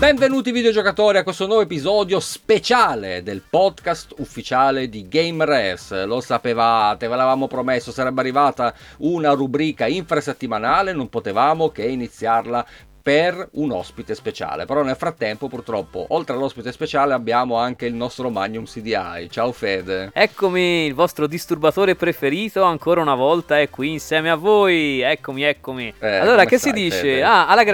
Benvenuti videogiocatori a questo nuovo episodio speciale del podcast ufficiale di GameRes. Lo sapevate, ve l'avevamo promesso, sarebbe arrivata una rubrica infrasettimanale, non potevamo che iniziarla per un ospite speciale. Però nel frattempo, purtroppo, oltre all'ospite speciale abbiamo anche il nostro Magnum CDI. Ciao Fede. Eccomi, il vostro disturbatore preferito ancora una volta è qui insieme a voi. Eccomi. Allora, che stai, si dice? Fede? Alla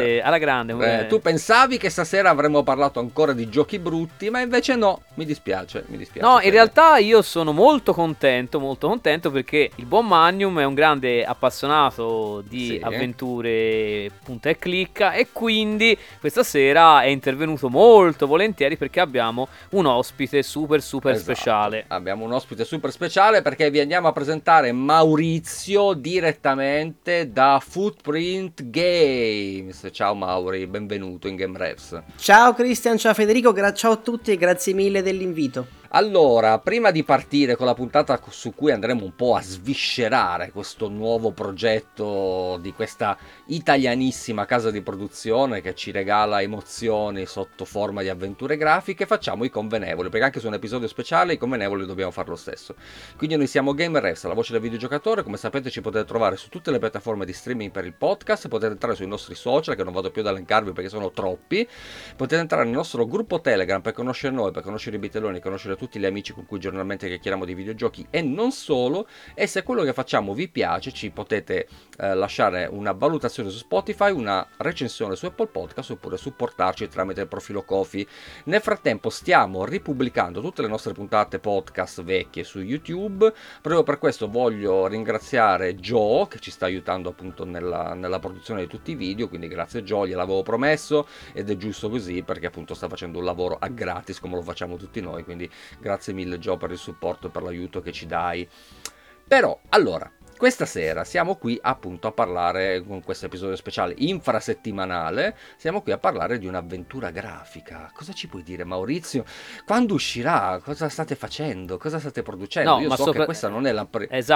grande. Tu pensavi che stasera avremmo parlato ancora di giochi brutti, ma invece no, mi dispiace. No, Fede. in realtà io sono molto contento perché il buon Magnum è un grande appassionato di avventure punta e clic, e quindi questa sera è intervenuto molto volentieri perché abbiamo un ospite super speciale. Abbiamo un ospite super speciale perché vi andiamo a presentare Maurizio direttamente da Footprint Games. Ciao Mauri, benvenuto in GameRes. Ciao Cristian, ciao Federico, ciao a tutti e grazie mille dell'invito. Allora, prima di partire con la puntata su cui andremo un po' a sviscerare questo nuovo progetto di questa italianissima casa di produzione che ci regala emozioni sotto forma di avventure grafiche, facciamo i convenevoli, perché anche su un episodio speciale i convenevoli dobbiamo fare lo stesso. Quindi noi siamo GameRes, la voce del videogiocatore. Come sapete ci potete trovare su tutte le piattaforme di streaming per il podcast, potete entrare sui nostri social, che non vado più ad elencarvi perché sono troppi, potete entrare nel nostro gruppo Telegram per conoscere noi, per conoscere i bitelloni, conoscere tutti gli amici con cui giornalmente chiacchieriamo di videogiochi e non solo. E se quello che facciamo vi piace, ci potete lasciare una valutazione su Spotify, una recensione su Apple Podcast, oppure supportarci tramite il profilo Ko-fi. Nel frattempo stiamo ripubblicando tutte le nostre puntate podcast vecchie su YouTube. Proprio per questo voglio ringraziare Joe che ci sta aiutando appunto nella produzione di tutti i video, quindi grazie Joe, gliel'avevo promesso ed è giusto così perché appunto sta facendo un lavoro a gratis come lo facciamo tutti noi, quindi grazie mille Joe per il supporto e per l'aiuto che ci dai. Però, allora, questa sera siamo qui appunto a parlare, con questo episodio speciale infrasettimanale, siamo qui a parlare di un'avventura grafica. Cosa ci puoi dire Maurizio? Quando uscirà? Cosa state facendo? Cosa state producendo? No, Io so che questa non è la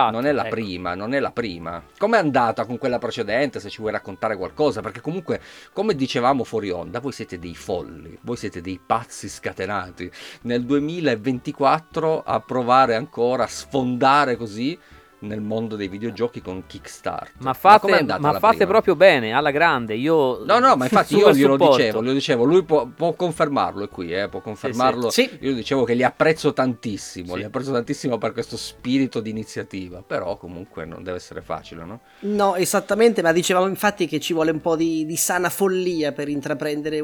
prima. Com'è andata con quella precedente? Se ci vuoi raccontare qualcosa, perché comunque, come dicevamo fuori onda, voi siete dei folli, voi siete dei pazzi scatenati. Nel 2024 a provare ancora a sfondare così nel mondo dei videogiochi con Kickstarter. Ma fate proprio bene, alla grande. Io No, ma infatti io glielo dicevo, lui può confermarlo, è qui, può confermarlo. Sì. Io dicevo che li apprezzo tantissimo, per questo spirito di iniziativa, però comunque non deve essere facile, no? No, esattamente, ma dicevamo infatti che ci vuole un po' di sana follia per intraprendere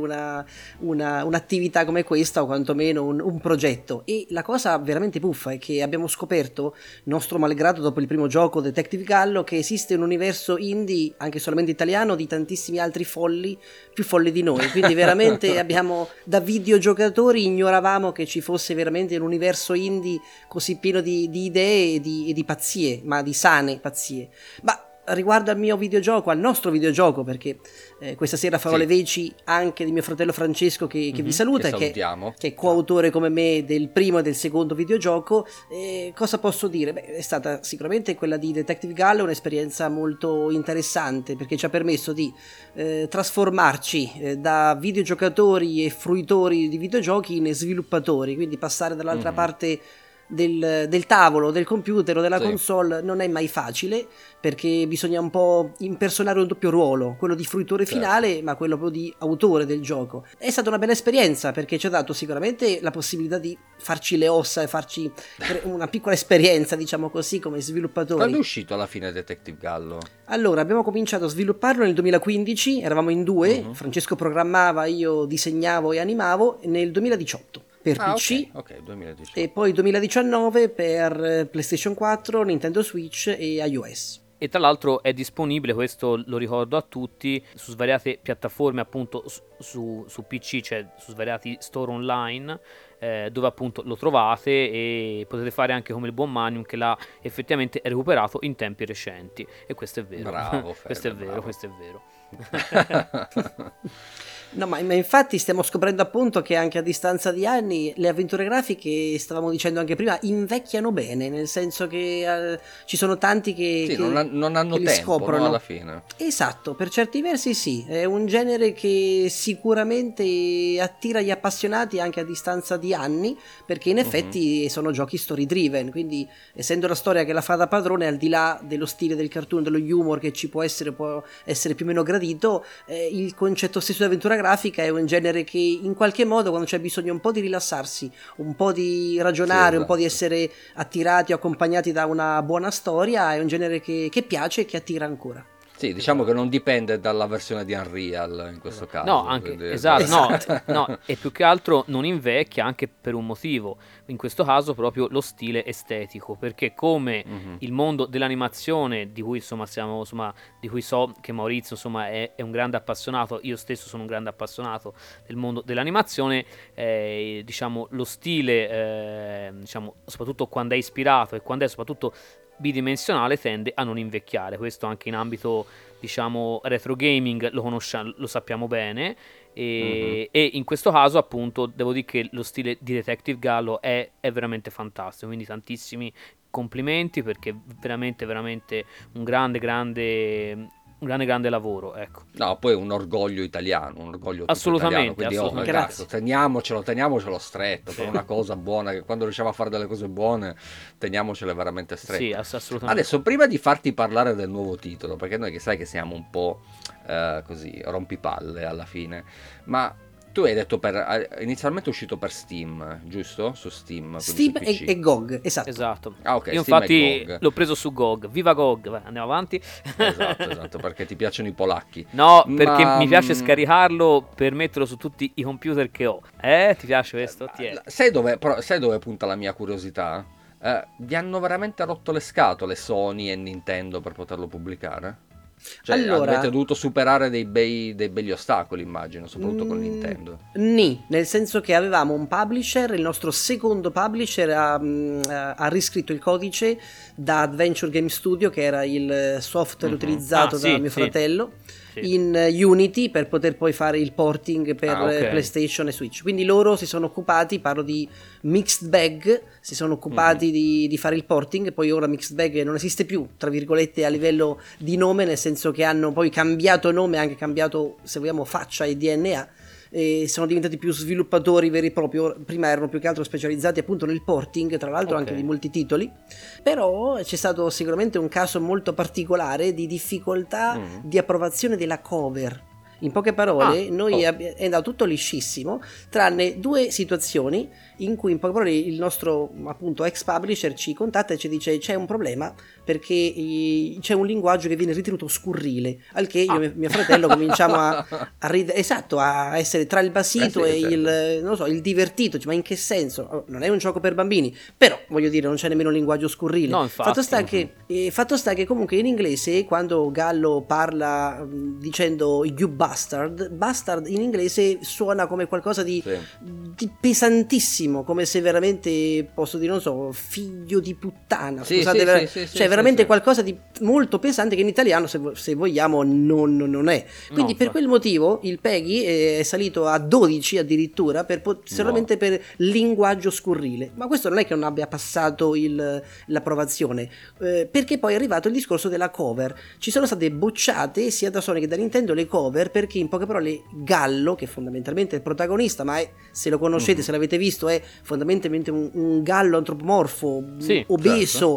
un'attività come questa, o quantomeno un progetto. E la cosa veramente buffa è che abbiamo scoperto, nostro malgrado, dopo il primo gioco Detective Gallo, che esiste un universo indie, anche solamente italiano, di tantissimi altri folli, più folli di noi. Quindi veramente abbiamo, da videogiocatori ignoravamo che ci fosse veramente un universo indie così pieno di idee e di pazzie, ma di sane pazzie. Ma riguardo al mio videogioco, al nostro videogioco, perché questa sera farò le veci anche di mio fratello Francesco che vi saluta, che è coautore come me del primo e del secondo videogioco. Cosa posso dire? Beh, è stata sicuramente quella di Detective Gallo un'esperienza molto interessante, perché ci ha permesso di trasformarci da videogiocatori e fruitori di videogiochi in sviluppatori, quindi passare dall'altra parte del tavolo, del computer o della console non è mai facile, perché bisogna un po' impersonare un doppio ruolo, quello di fruitore finale ma quello proprio di autore del gioco. È stata una bella esperienza perché ci ha dato sicuramente la possibilità di farci le ossa e farci una piccola esperienza, diciamo così, come sviluppatori. Quando è uscito alla fine Detective Gallo? Allora, abbiamo cominciato a svilupparlo nel 2015, eravamo in due, Francesco programmava, io disegnavo e animavo, nel 2018 per PC, okay, 2018. E poi 2019 per PlayStation 4, Nintendo Switch e iOS. E tra l'altro è disponibile, questo lo ricordo a tutti, su svariate piattaforme, appunto su PC, cioè su svariati store online, dove appunto lo trovate, e potete fare anche come il buon Magnum che l'ha effettivamente recuperato in tempi recenti, e questo è vero. Bravo, Fede, questo è vero. No, ma infatti stiamo scoprendo appunto che anche a distanza di anni le avventure grafiche, stavamo dicendo anche prima, invecchiano bene, nel senso che ci sono tanti che non hanno che li tempo, scoprono. no, alla fine. Esatto, per certi versi sì, è un genere che sicuramente attira gli appassionati anche a distanza di anni, perché in effetti sono giochi story driven, quindi essendo la storia che la fa da padrone, al di là dello stile del cartoon, dello humor che ci può essere più o meno gradito, il concetto stesso di avventura grafica è un genere che in qualche modo, quando c'è bisogno un po' di rilassarsi, un po' di ragionare, un po' di essere attirati o accompagnati da una buona storia, è un genere che piace e che attira ancora. Sì, diciamo che non dipende dalla versione di Unreal in questo caso. No, anche, quindi... esatto, no, e più che altro non invecchia anche per un motivo, in questo caso proprio lo stile estetico, perché come il mondo dell'animazione, di cui di cui so che Maurizio è un grande appassionato, io stesso sono un grande appassionato del mondo dell'animazione, diciamo lo stile, soprattutto quando è ispirato e quando è soprattutto bidimensionale, tende a non invecchiare. Questo anche in ambito retro gaming lo sappiamo bene, e in questo caso appunto devo dire che lo stile di Detective Gallo è veramente fantastico, quindi tantissimi complimenti, perché veramente un grande lavoro, ecco. No, poi è un orgoglio italiano, un orgoglio assolutamente, italiano, quindi assolutamente. teniamocelo stretto, per una cosa buona, che quando riusciamo a fare delle cose buone teniamocele veramente strette. Sì, assolutamente. Adesso, prima di farti parlare del nuovo titolo, perché noi che sai che siamo un po' così rompipalle alla fine, ma tu hai detto inizialmente è uscito per Steam, giusto? Su Steam e GOG, esatto. Ah, ok. Io Steam infatti l'ho preso su GOG. Viva GOG, vai, andiamo avanti. Esatto, perché ti piacciono i polacchi. No, perché mi piace scaricarlo per metterlo su tutti i computer che ho. Ti piace questo? Sai dove punta la mia curiosità? Vi hanno veramente rotto le scatole Sony e Nintendo per poterlo pubblicare? Cioè, allora, avete dovuto superare dei begli ostacoli, immagino, soprattutto con Nintendo. Nel senso che avevamo un publisher, il nostro secondo publisher ha riscritto il codice da Adventure Game Studio, che era il software utilizzato da mio fratello, in Unity, per poter poi fare il porting per PlayStation e Switch. Quindi loro si sono occupati, parlo di Mixed Bag, si sono occupati di fare il porting. Poi ora Mixed Bag non esiste più, tra virgolette, a livello di nome, nel senso che hanno poi cambiato nome, anche cambiato, se vogliamo, faccia e DNA, e sono diventati più sviluppatori veri e propri. Prima erano più che altro specializzati appunto nel porting, tra l'altro anche di molti titoli. Però c'è stato sicuramente un caso molto particolare di difficoltà di approvazione della cover. In poche parole, è andato tutto liscissimo, tranne due situazioni in cui in poche parole il nostro appunto ex publisher ci contatta e ci dice: c'è un problema perché c'è un linguaggio che viene ritenuto scurrile, al che io e mio fratello cominciamo a ridere, esatto, a essere tra il basito il divertito, cioè, ma in che senso? Non è un gioco per bambini, però voglio dire, non c'è nemmeno un linguaggio scurrile. No, infatti. Fatto sta che comunque in inglese, quando Gallo parla dicendo you bastard in inglese suona come qualcosa di pesantissimo, come se veramente, posso dire, non so, figlio di puttana, scusate, veramente qualcosa di molto pesante, che in italiano, se vogliamo, non è. Quindi per quel motivo il PEGI è salito a 12 addirittura, solamente per linguaggio scurrile. Ma questo non è che non abbia passato l'approvazione, perché poi è arrivato il discorso della cover. Ci sono state bocciate sia da Sony che da Nintendo le cover, perché in poche parole Gallo, che fondamentalmente è il protagonista, ma se lo conoscete, se l'avete visto, è fondamentalmente un gallo antropomorfo, obeso,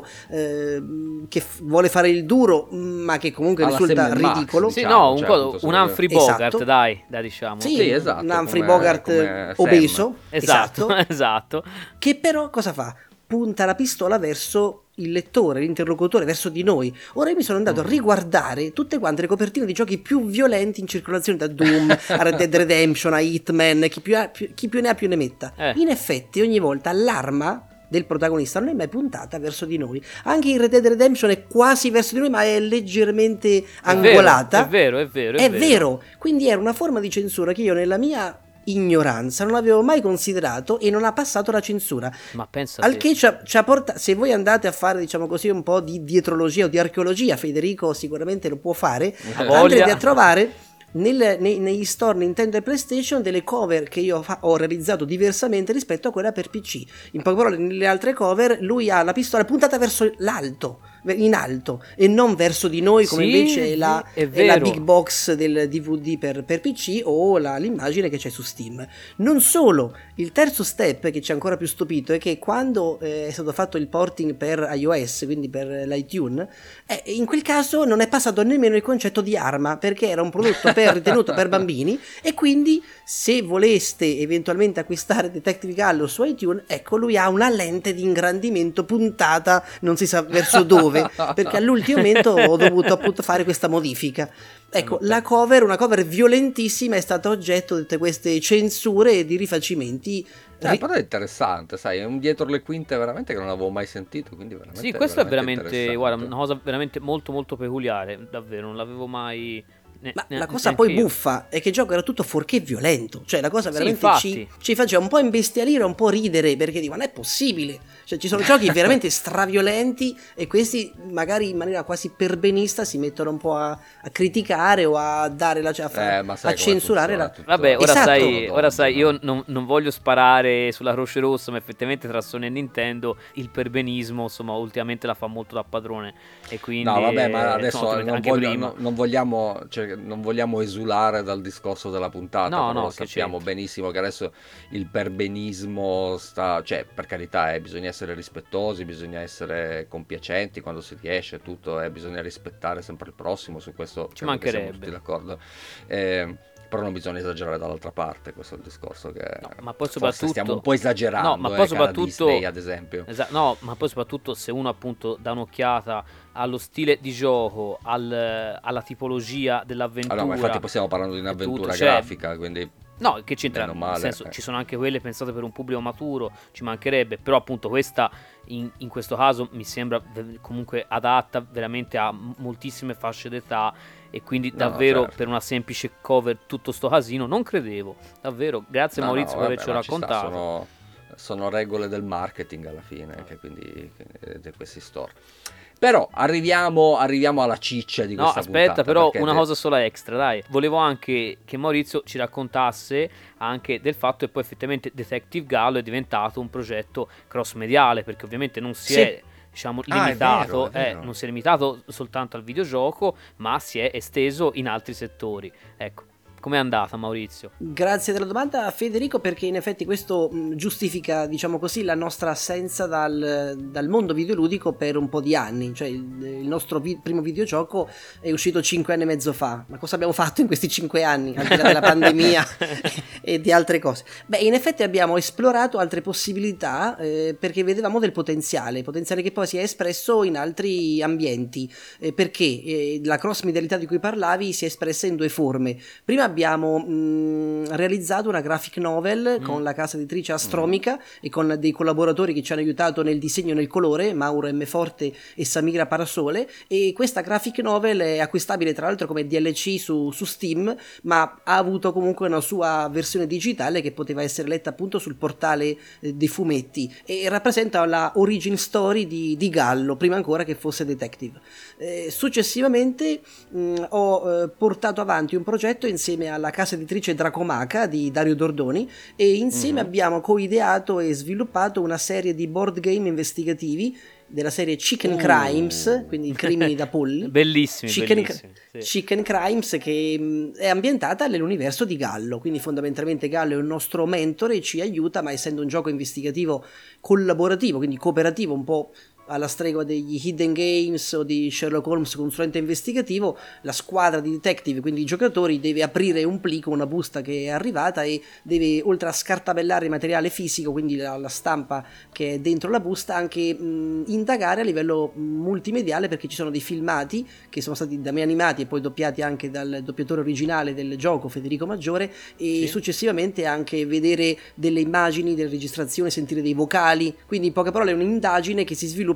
che vuole fare il duro, ma che comunque risulta ridicolo. Un Humphrey Bogart, dai, diciamo. Sì, esatto, un Humphrey Bogart obeso. Esatto. Che però cosa fa? Punta la pistola verso il lettore, l'interlocutore, verso di noi. Ora io mi sono andato a riguardare tutte quante le copertine di giochi più violenti in circolazione, da Doom a Red Dead Redemption a Hitman, chi più ne ha più ne metta. In effetti ogni volta l'arma del protagonista non è mai puntata verso di noi. Anche in Red Dead Redemption è quasi verso di noi, ma è leggermente angolata. È vero. Quindi era una forma di censura che io, nella mia ignoranza, non avevo mai considerato, e non ha passato la censura. Ma pensa al che ci ha portato. Se voi andate a fare, diciamo così, un po' di dietrologia o di archeologia, Federico sicuramente lo può fare, andrete a trovare negli store Nintendo e PlayStation delle cover che io ho realizzato diversamente rispetto a quella per PC. In poche parole, nelle altre cover lui ha la pistola puntata verso l'alto, in alto, e non verso di noi come invece è la big box del DVD per PC o l'immagine che c'è su Steam. Non solo, il terzo step che ci ha ancora più stupito è che quando è stato fatto il porting per iOS, quindi per l'iTunes, in quel caso non è passato nemmeno il concetto di arma, perché era un prodotto ritenuto per bambini, e quindi se voleste eventualmente acquistare Detective Gallo su iTunes, ecco, lui ha una lente di ingrandimento puntata non si sa verso dove, perché all'ultimo momento ho dovuto appunto fare questa modifica. Ecco, una cover violentissima è stata oggetto di tutte queste censure e di rifacimenti. Però è interessante, sai, è un dietro le quinte veramente che non avevo mai sentito, quindi veramente. Sì, questo è veramente, guarda, una cosa veramente molto molto peculiare, davvero, non l'avevo mai. Ma la cosa poi buffa è che il gioco era tutto fuorché violento, cioè la cosa veramente ci faceva un po' imbestialire, un po' ridere, perché dico, non è possibile, cioè ci sono giochi veramente straviolenti e questi magari in maniera quasi perbenista si mettono un po' a criticare o a dare a censurare Vabbè, ora sai, io non voglio sparare sulla Croce Rossa, ma effettivamente tra Sony e Nintendo il perbenismo, insomma, ultimamente la fa molto da padrone, e quindi no, vabbè, ma adesso non vogliamo, cioè, non vogliamo esulare dal discorso della puntata, però sappiamo benissimo che adesso il perbenismo cioè, per carità, bisogna essere rispettosi, bisogna essere compiacenti quando si riesce, tutto, bisogna rispettare sempre il prossimo, su questo ci mancherebbe, siamo tutti d'accordo, però non bisogna esagerare dall'altra parte, questo è il discorso che ma poi soprattutto stiamo un po' esagerando, ma poi soprattutto Disney, ad esempio. Ma poi soprattutto se uno appunto dà un'occhiata allo stile di gioco, alla tipologia dell'avventura. Ma infatti poi stiamo parlando di un'avventura grafica, quindi no, che c'entra, nel senso, ci sono anche quelle pensate per un pubblico maturo, ci mancherebbe, però appunto questa in questo caso mi sembra comunque adatta veramente a moltissime fasce d'età, e quindi davvero certo, per una semplice cover tutto sto casino non credevo, davvero, grazie Maurizio per averci raccontato. Sono regole del marketing alla fine, che quindi di questi store. Però arriviamo alla ciccia di questa puntata. Aspetta, però una cosa sola extra, dai. Volevo anche che Maurizio ci raccontasse anche del fatto che poi effettivamente Detective Gallo è diventato un progetto cross-mediale, perché ovviamente non si è, diciamo, limitato, è vero. Non si è limitato soltanto al videogioco, ma si è esteso in altri settori. Ecco. Com'è andata, Maurizio? Grazie della domanda, Federico, perché in effetti questo giustifica, diciamo così, la nostra assenza dal mondo videoludico per un po' di anni. Cioè il nostro primo videogioco è uscito 5 anni e mezzo fa. Ma cosa abbiamo fatto in questi 5 anni, al di là della pandemia e di altre cose? Beh, in effetti abbiamo esplorato altre possibilità, perché vedevamo del potenziale che poi si è espresso in altri ambienti, perché la cross-medialità di cui parlavi si è espressa in due forme. Prima abbiamo realizzato una graphic novel con la casa editrice Astromica e con dei collaboratori che ci hanno aiutato nel disegno e nel colore, Mauro M. Forte e Samira Parasole, e questa graphic novel è acquistabile tra l'altro come DLC su Steam, ma ha avuto comunque una sua versione digitale che poteva essere letta appunto sul portale dei fumetti, e rappresenta la origin story di Gallo, prima ancora che fosse Detective. Successivamente ho portato avanti un progetto insieme alla casa editrice Dracomaca di Dario Dordoni, e insieme abbiamo coideato e sviluppato una serie di board game investigativi della serie Chicken Crimes, quindi crimini da polli. Bellissimi. Chicken Crimes, che è ambientata nell'universo di Gallo, quindi fondamentalmente Gallo è un nostro mentore e ci aiuta, ma essendo un gioco investigativo collaborativo, quindi cooperativo, un po' alla stregua degli Hidden Games o di Sherlock Holmes consulente investigativo, la squadra di detective, quindi i giocatori, deve aprire un plico, una busta che è arrivata, e deve, oltre a scartabellare il materiale fisico, quindi la stampa che è dentro la busta, anche indagare a livello multimediale, perché ci sono dei filmati che sono stati da me animati e poi doppiati anche dal doppiatore originale del gioco, Federico Maggiore, e successivamente anche vedere delle immagini, delle registrazioni, sentire dei vocali, quindi in poche parole è un'indagine che si sviluppa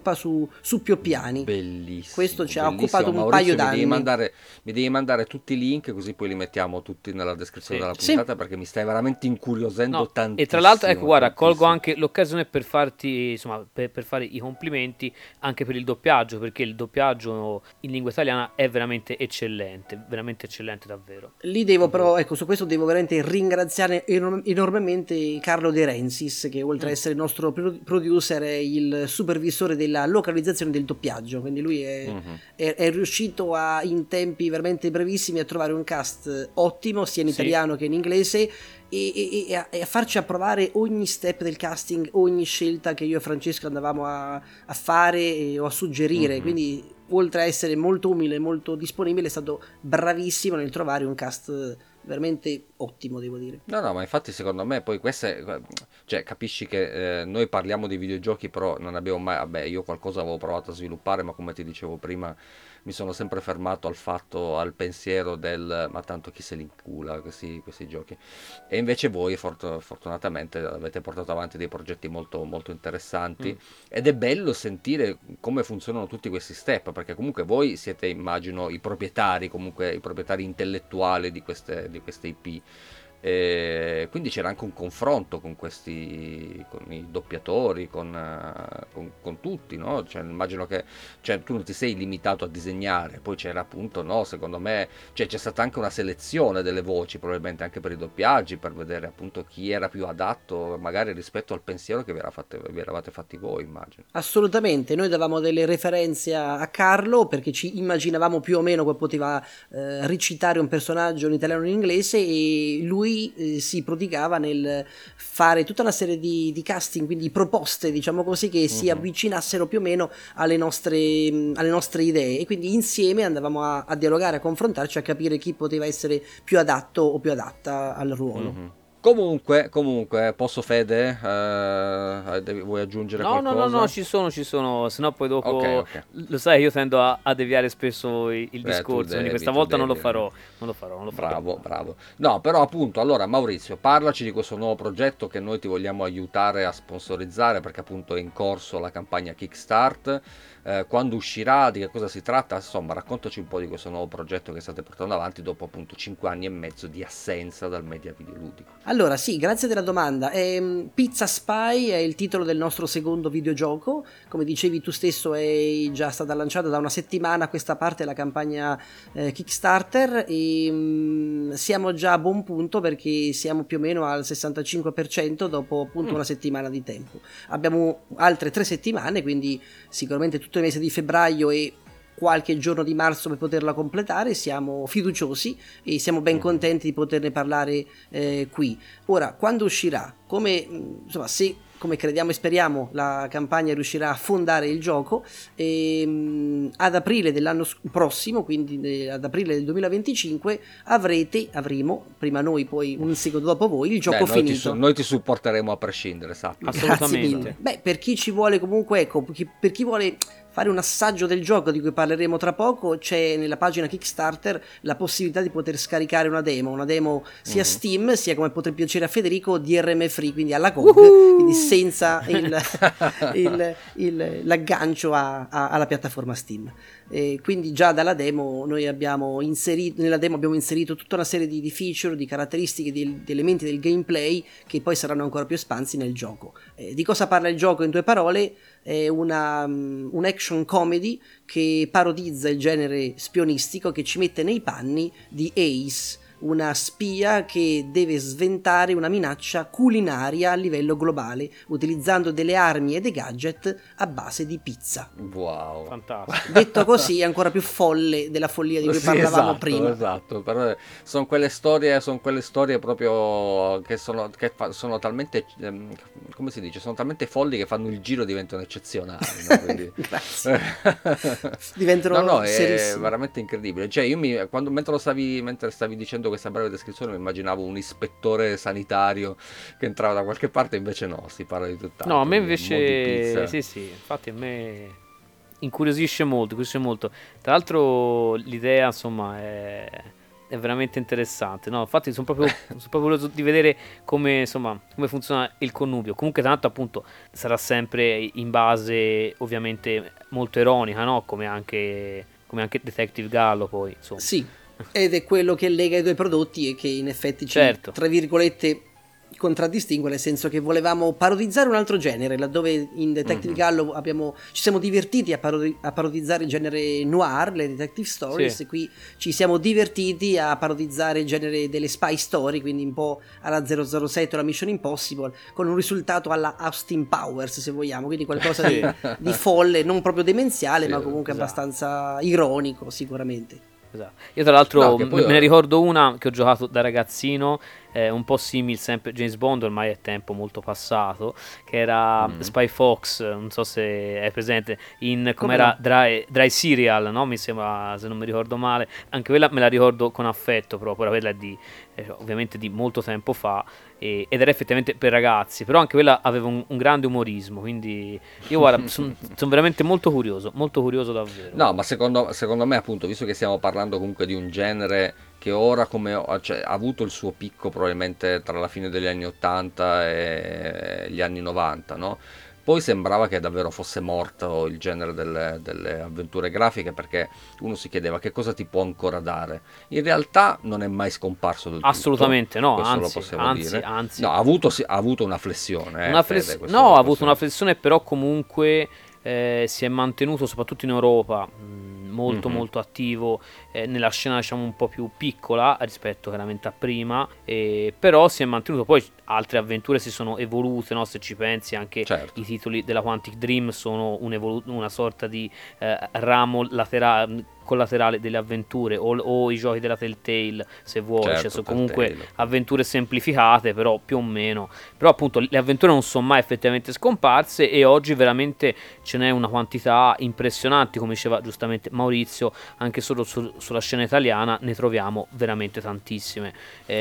sviluppa su più piani. Bellissimo. Questo ci ha bellissimo. occupato un Maurizio, paio d'anni. mi devi mandare tutti i link, così poi li mettiamo tutti nella descrizione Sì. della Sì. puntata, perché mi stai veramente incuriosendo No, tantissimo. e tra l'altro, ecco, guarda, colgo tantissimo. anche l'occasione per farti, insomma, per fare i complimenti anche per il doppiaggio, perché il doppiaggio in lingua italiana è veramente eccellente davvero. Lì devo però, ecco, su questo devo veramente ringraziare enormemente Carlo De Rensis, che oltre a essere il nostro producer è il supervisore della localizzazione del doppiaggio, quindi lui è riuscito in tempi veramente brevissimi a trovare un cast ottimo sia in Sì. italiano che in inglese e a farci approvare ogni step del casting, ogni scelta che io e Francesco andavamo a fare o a suggerire, quindi oltre a essere molto umile e molto disponibile è stato bravissimo nel trovare un cast veramente ottimo, devo dire. No, ma infatti secondo me poi cioè capisci che noi parliamo di videogiochi, però non abbiamo mai, vabbè, io qualcosa avevo provato a sviluppare, ma come ti dicevo prima mi sono sempre fermato al pensiero ma tanto chi se li incula questi giochi. E invece voi fortunatamente avete portato avanti dei progetti molto, molto interessanti ed è bello sentire come funzionano tutti questi step, perché comunque voi siete, immagino, i proprietari intellettuali di queste IP. Quindi c'era anche un confronto con i doppiatori, con tutti, no? Cioè, immagino che tu non ti sei limitato a disegnare, poi c'era appunto, no? Secondo me c'è stata anche una selezione delle voci, probabilmente anche per i doppiaggi, per vedere appunto chi era più adatto, magari rispetto al pensiero che vi eravate fatti voi, immagino. Assolutamente, noi davamo delle referenze a Carlo perché ci immaginavamo più o meno come poteva recitare un personaggio in italiano o in inglese, e lui si prodigava nel fare tutta una serie di casting, quindi proposte, diciamo così, che si avvicinassero più o meno alle nostre idee, e quindi insieme andavamo a dialogare, a confrontarci, a capire chi poteva essere più adatto o più adatta al ruolo. Comunque, posso, Fede? Vuoi aggiungere qualcosa? No, ci sono, sennò poi dopo, Ok. lo sai, io tendo a deviare spesso il discorso, quindi questa volta non lo farò. Bravo. No, però appunto, allora Maurizio, parlaci di questo nuovo progetto che noi ti vogliamo aiutare a sponsorizzare, perché appunto è in corso la campagna Kickstart. Quando uscirà, di che cosa si tratta? Insomma, raccontaci un po' di questo nuovo progetto che state portando avanti dopo appunto 5 anni e mezzo di assenza dal media videoludico. Allora, sì, grazie della domanda. Pizza Spy è il titolo del nostro secondo videogioco. Come dicevi tu stesso, è già stata lanciata da una settimana a questa parte la campagna Kickstarter, e siamo già a buon punto perché siamo più o meno al 65% dopo appunto una settimana di tempo. Abbiamo altre 3 settimane, quindi sicuramente tutto il mese di febbraio e qualche giorno di marzo per poterla completare. Siamo fiduciosi e siamo ben contenti di poterne parlare qui. Ora, quando uscirà? Come crediamo e speriamo, la campagna riuscirà a fondare il gioco ad aprile dell'anno prossimo, quindi ad aprile del 2025 avremo, prima noi poi un secondo dopo voi, il gioco finito. Noi ti supporteremo a prescindere, sappi. Assolutamente. Beh, per chi ci vuole comunque, ecco, per chi vuole fare un assaggio del gioco di cui parleremo tra poco, c'è nella pagina Kickstarter la possibilità di poter scaricare una demo sia Steam, sia, come potrebbe piacere a Federico, DRM free, quindi alla GOG, quindi senza l'aggancio alla piattaforma Steam. Quindi già dalla demo noi abbiamo inserito tutta una serie di feature, di caratteristiche, di elementi del gameplay che poi saranno ancora più espansi nel gioco. Di cosa parla il gioco in 2 parole? È un action comedy che parodizza il genere spionistico, che ci mette nei panni di Ace, una spia che deve sventare una minaccia culinaria a livello globale utilizzando delle armi e dei gadget a base di pizza. Wow, fantastico. Detto così è ancora più folle della follia di cui parlavamo prima. Esatto, però sono quelle storie proprio che sono talmente, come si dice, sono talmente folli che fanno il giro, diventano eccezionali, no? Quindi... Grazie. Diventano è serissimi. veramente incredibile. Cioè io mentre stavi dicendo questa breve descrizione mi immaginavo un ispettore sanitario che entrava da qualche parte, invece no, si parla di tutt'altro. No, a me invece sì, infatti a me incuriosisce molto. Tra l'altro l'idea, insomma, è è veramente interessante, no? Infatti sono proprio curioso di vedere come funziona il connubio. Comunque tanto appunto sarà sempre in base ovviamente molto ironica, no? Come anche Detective Gallo poi, insomma. Sì, ed è quello che lega i due prodotti e che in effetti ci, certo, tra virgolette, contraddistingue, nel senso che volevamo parodizzare un altro genere, laddove in Detective Gallo ci siamo divertiti a parodizzare il genere noir, le detective stories, sì. e qui ci siamo divertiti a parodizzare il genere delle spy story, quindi un po' alla 007 o la Mission Impossible, con un risultato alla Austin Powers, se vogliamo, quindi qualcosa di folle, non proprio demenziale, ma comunque abbastanza ironico sicuramente. Esatto. Io tra l'altro me ne ricordo una che ho giocato da ragazzino, un po' simile, sempre James Bond, ormai è tempo molto passato, che era Spy Fox, non so se è presente, com'era Dry Serial, no? Mi sembra, se non mi ricordo male, anche quella me la ricordo con affetto proprio, quella è ovviamente di molto tempo fa, ed era effettivamente per ragazzi, però anche quella aveva un grande umorismo, quindi io guarda, sono veramente molto curioso davvero. No, ma secondo me appunto, visto che stiamo parlando comunque di un genere che ora ha avuto il suo picco probabilmente tra la fine degli anni 80 e gli anni 90, no? Poi sembrava che davvero fosse morto il genere delle avventure grafiche, perché uno si chiedeva che cosa ti può ancora dare. In realtà non è mai scomparso del tutto. Assolutamente no, anzi. Anzi. No, ha avuto una flessione. Ha avuto una flessione, però comunque si è mantenuto soprattutto in Europa molto attivo nella scena, diciamo, un po' più piccola rispetto chiaramente a prima, però si è mantenuto. Poi altre avventure si sono evolute, no? Se ci pensi, anche i titoli della Quantic Dream sono una sorta di ramo collaterale delle avventure, o i giochi della Telltale, se vuoi, sono comunque avventure semplificate, però più o meno. Però appunto le avventure non sono mai effettivamente scomparse, e oggi veramente ce n'è una quantità impressionante, come diceva giustamente Maurizio, anche solo sulla scena italiana ne troviamo veramente tantissime,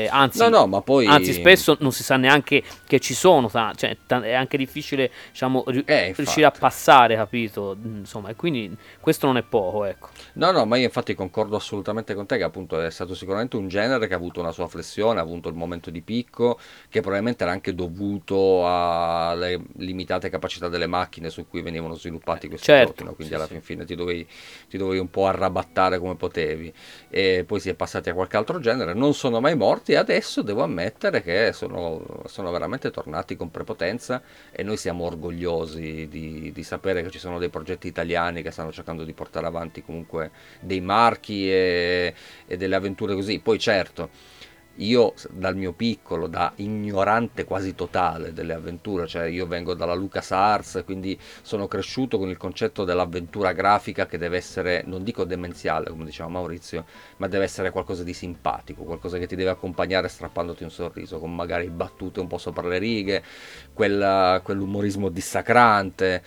anzi spesso non si sa neanche che ci sono, cioè è anche difficile, diciamo, riuscire a passare, capito? Insomma, e quindi questo non è poco, ecco. No, ma io infatti concordo assolutamente con te, che appunto è stato sicuramente un genere che ha avuto una sua flessione, ha avuto il momento di picco, che probabilmente era anche dovuto alle limitate capacità delle macchine su cui venivano sviluppati questi giochi, no? Quindi alla fine ti dovevi un po' arrabattare come potevi, e poi si è passati a qualche altro genere. Non sono mai morti, e adesso devo ammettere che sono veramente tornati con prepotenza, e noi siamo orgogliosi di sapere che ci sono dei progetti italiani che stanno cercando di portare avanti comunque dei marchi e delle avventure così. Poi certo, io dal mio piccolo, da ignorante quasi totale delle avventure, cioè io vengo dalla LucasArts, quindi sono cresciuto con il concetto dell'avventura grafica, che deve essere, non dico demenziale come diceva Maurizio, ma deve essere qualcosa di simpatico, qualcosa che ti deve accompagnare strappandoti un sorriso, con magari battute un po' sopra le righe, quell'umorismo dissacrante,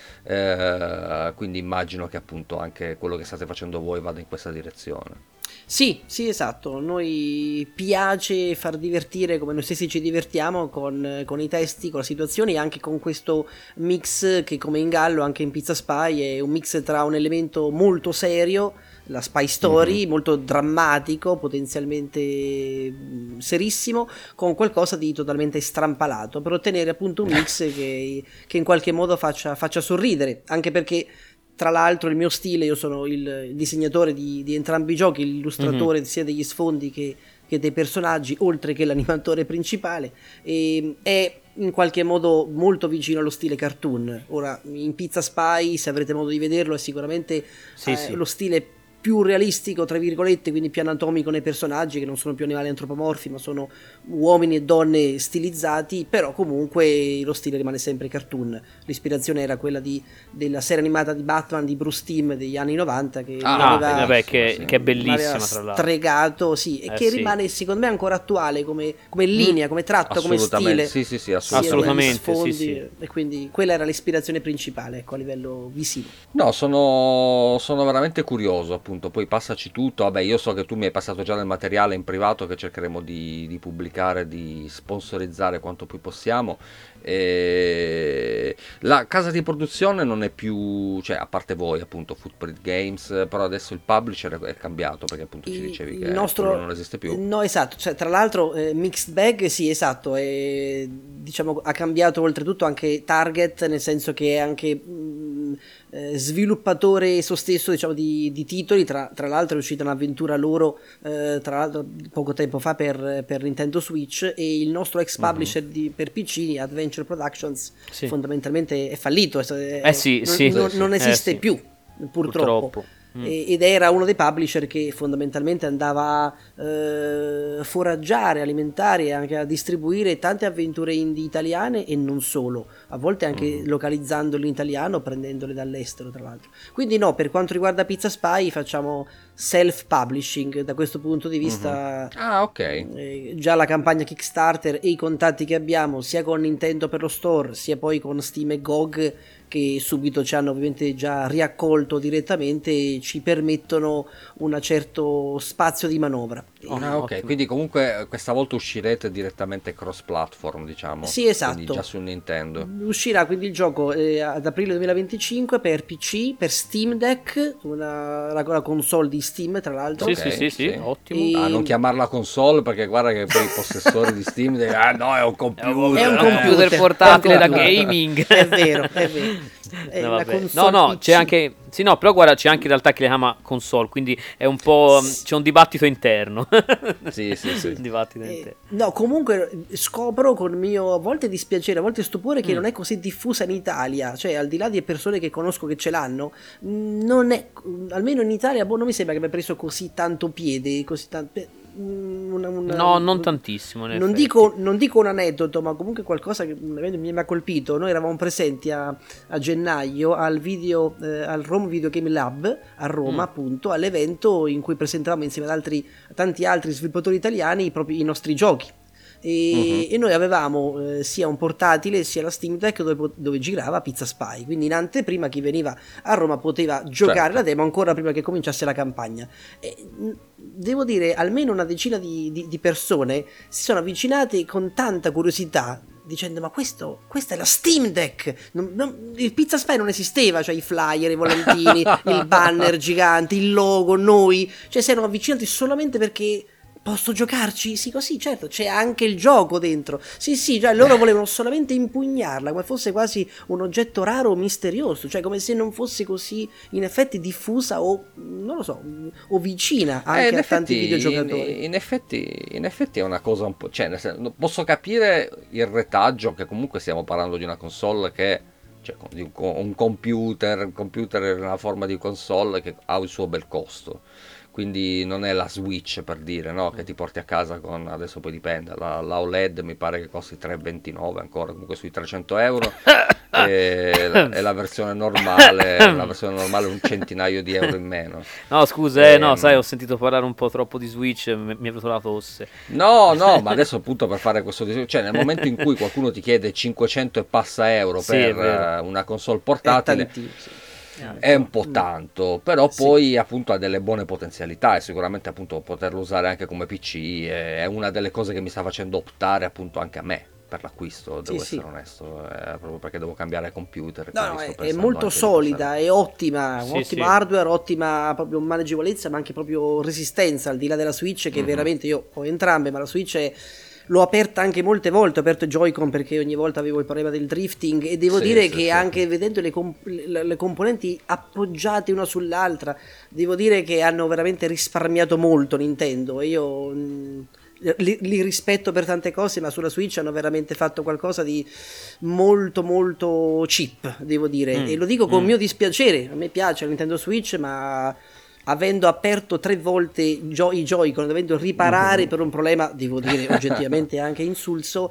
quindi immagino che appunto anche quello che state facendo voi vada in questa direzione. Sì, esatto, noi piace far divertire come noi stessi ci divertiamo con i testi, con le situazioni, e anche con questo mix che, come in Gallo, anche in Pizza Spy è un mix tra un elemento molto serio, la spy story, molto drammatico, potenzialmente serissimo, con qualcosa di totalmente strampalato, per ottenere appunto un mix che in qualche modo faccia sorridere, anche perché tra l'altro il mio stile, io sono il disegnatore di entrambi i giochi, l'illustratore sia degli sfondi che dei personaggi, oltre che l'animatore principale, e è in qualche modo molto vicino allo stile cartoon. Ora, in Pizza Spy, se avrete modo di vederlo, è sicuramente lo stile più realistico, tra virgolette, quindi più anatomico nei personaggi, che non sono più animali antropomorfi, ma sono uomini e donne stilizzati, però comunque lo stile rimane sempre cartoon. L'ispirazione era quella della serie animata di Batman di Bruce Timm degli anni 90, che che è bellissima, tra l'altro, stregato, e che rimane secondo me ancora attuale come linea, come tratto, come stile. Sì, assolutamente. E quindi quella era l'ispirazione principale, ecco, a livello visivo. No, sono veramente curioso appunto appunto, poi passaci tutto. Vabbè, io so che tu mi hai passato già del materiale in privato che cercheremo di pubblicare, di sponsorizzare quanto più possiamo. La casa di produzione non è più, cioè a parte voi appunto Footprint Games, però adesso il publisher è cambiato, perché appunto ci dicevi che quello non esiste più. No, esatto, cioè, tra l'altro Mixed Bag, sì, esatto, diciamo, ha cambiato oltretutto anche target, nel senso che è anche sviluppatore esso stesso, diciamo, di titoli. Tra l'altro è uscita un'avventura loro tra l'altro poco tempo fa per Nintendo Switch, e il nostro ex publisher per PC, Adventure Productions, fondamentalmente è fallito, non esiste più, purtroppo. Ed era uno dei publisher che fondamentalmente andava a foraggiare, alimentare e anche a distribuire tante avventure indie italiane, e non solo, a volte anche localizzandole in italiano, prendendole dall'estero tra l'altro. Quindi no, per quanto riguarda Pizza Spy facciamo self-publishing da questo punto di vista. Ok. Già la campagna Kickstarter e i contatti che abbiamo sia con Nintendo per lo store, sia poi con Steam e GOG, che subito ci hanno ovviamente già riaccolto direttamente, ci permettono un certo spazio di manovra. Ok, quindi comunque questa volta uscirete direttamente cross platform, diciamo. Sì, esatto. Quindi già su Nintendo. Uscirà quindi il gioco ad aprile 2025 per PC, per Steam Deck, la console di Steam tra l'altro. Sì, ottimo. Non chiamarla console, perché guarda che poi i possessori di Steam dicono no, è un computer. È un computer portatile da gaming. È vero. No, c'è anche. Sì, no, però guarda, c'è anche in realtà chi le chiama console, quindi è un po'. C'è un dibattito interno. Sì. Un dibattito interno. No, comunque scopro con mio a volte dispiacere, a volte stupore, che non è così diffusa in Italia. Cioè, al di là di persone che conosco che ce l'hanno, non è, almeno in Italia, non mi sembra che abbia preso così tanto piede, così tanto. No, non tantissimo. Non dico un aneddoto, ma comunque qualcosa che mi ha colpito. Noi eravamo presenti a gennaio al Rome Video Game Lab a Roma, appunto, all'evento in cui presentavamo insieme ad tanti altri sviluppatori italiani proprio i nostri giochi. E noi avevamo sia un portatile sia la Steam Deck dove girava Pizza Spy, quindi in anteprima chi veniva a Roma poteva giocare la demo ancora prima che cominciasse la campagna. E devo dire, almeno una decina di persone si sono avvicinate con tanta curiosità, dicendo ma questa è la Steam Deck, il Pizza Spy non esisteva, cioè i flyer, i volantini, il banner gigante, il logo, noi, cioè si erano avvicinati solamente perché posso giocarci? Sì, così, certo, c'è anche il gioco dentro. Sì, cioè loro volevano solamente impugnarla come fosse quasi un oggetto raro o misterioso, cioè come se non fosse così in effetti diffusa o, non lo so, o vicina anche a tanti videogiocatori. In effetti è una cosa un po', cioè posso capire il retaggio, che comunque stiamo parlando di una console che, cioè, un computer nella forma di console che ha il suo bel costo. Quindi non è la Switch, per dire, no? Che ti porti a casa con, adesso poi dipende, la OLED mi pare che costi 3,29 ancora, comunque sui 300 euro, e la versione normale un centinaio di euro in meno. No, scusa, no, sai, ho sentito parlare un po' troppo di Switch, mi è venuto la tosse. No, ma adesso appunto per fare questo discorso, cioè nel momento in cui qualcuno ti chiede 500 e passa euro per una console portatile, è un po' tanto, però poi appunto ha delle buone potenzialità, e sicuramente appunto poterlo usare anche come PC è una delle cose che mi sta facendo optare appunto anche a me per l'acquisto, devo essere onesto, proprio perché devo cambiare computer. No, è molto solida, è ottima, ottima hardware, ottima proprio maneggevolezza, ma anche proprio resistenza, al di là della Switch, che veramente io ho entrambe, ma la Switch l'ho aperta anche molte volte, ho aperto Joy-Con perché ogni volta avevo il problema del drifting, e devo dire che anche vedendo le componenti appoggiate una sull'altra, devo dire che hanno veramente risparmiato molto Nintendo, e io li rispetto per tante cose, ma sulla Switch hanno veramente fatto qualcosa di molto molto cheap, devo dire, e lo dico con mio dispiacere. A me piace la Nintendo Switch, ma avendo aperto 3 volte i Joy-Con, dovendo riparare per un problema, devo dire, oggettivamente anche insulso,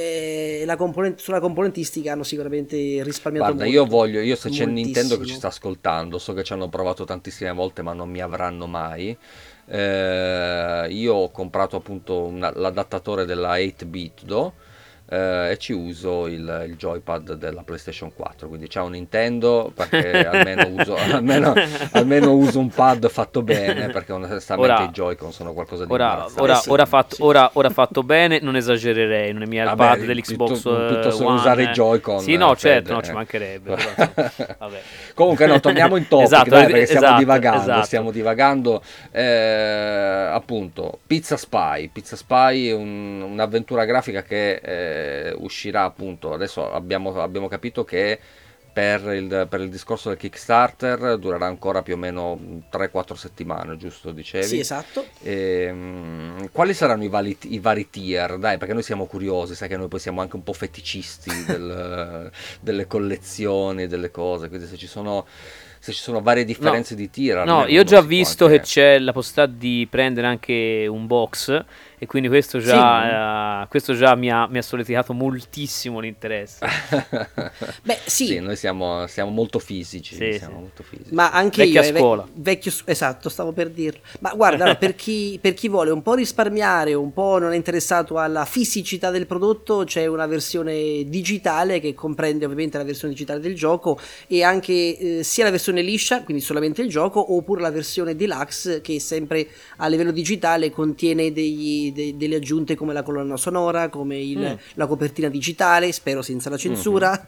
sulla componentistica hanno sicuramente risparmiato molto. Io se c'è Nintendo che ci sta ascoltando, so che ci hanno provato tantissime volte ma non mi avranno mai. Io ho comprato appunto l'adattatore della 8-bit e ci uso il joypad della PlayStation 4, quindi c'è un Nintendo perché almeno uso un pad fatto bene, perché onestamente i Joy-Con sono qualcosa di ora fatto bene, non esagererei, non è mia il pad dell'Xbox piuttosto One, usare i Joy-Con. Sì, no, certo, no, ci mancherebbe. Vabbè. Comunque no, torniamo in topic, esatto, dai, perché esatto. stiamo divagando. Appunto, Pizza Spy è un'avventura grafica che uscirà, appunto, adesso abbiamo capito che per il discorso del Kickstarter durerà ancora più o meno 3-4 settimane, giusto? Dicevi? Sì, esatto. Quali saranno i vari tier? Dai, perché noi siamo curiosi, sai che noi poi siamo anche un po' feticisti delle collezioni, delle cose, quindi se ci sono varie differenze di tier. No, io ho già visto che c'è la possibilità di prendere anche un box, e quindi questo già mi ha solleticato moltissimo l'interesse. Beh, sì, noi siamo molto fisici, molto fisici. Ma anche vecchia io scuola. Esatto, stavo per dirlo. Ma guarda, allora, per chi vuole un po' risparmiare, un po' non è interessato alla fisicità del prodotto, c'è una versione digitale che comprende ovviamente la versione digitale del gioco e anche sia la versione liscia, quindi solamente il gioco, oppure la versione deluxe che sempre a livello digitale contiene delle aggiunte come la colonna sonora, come la copertina digitale, spero senza la censura,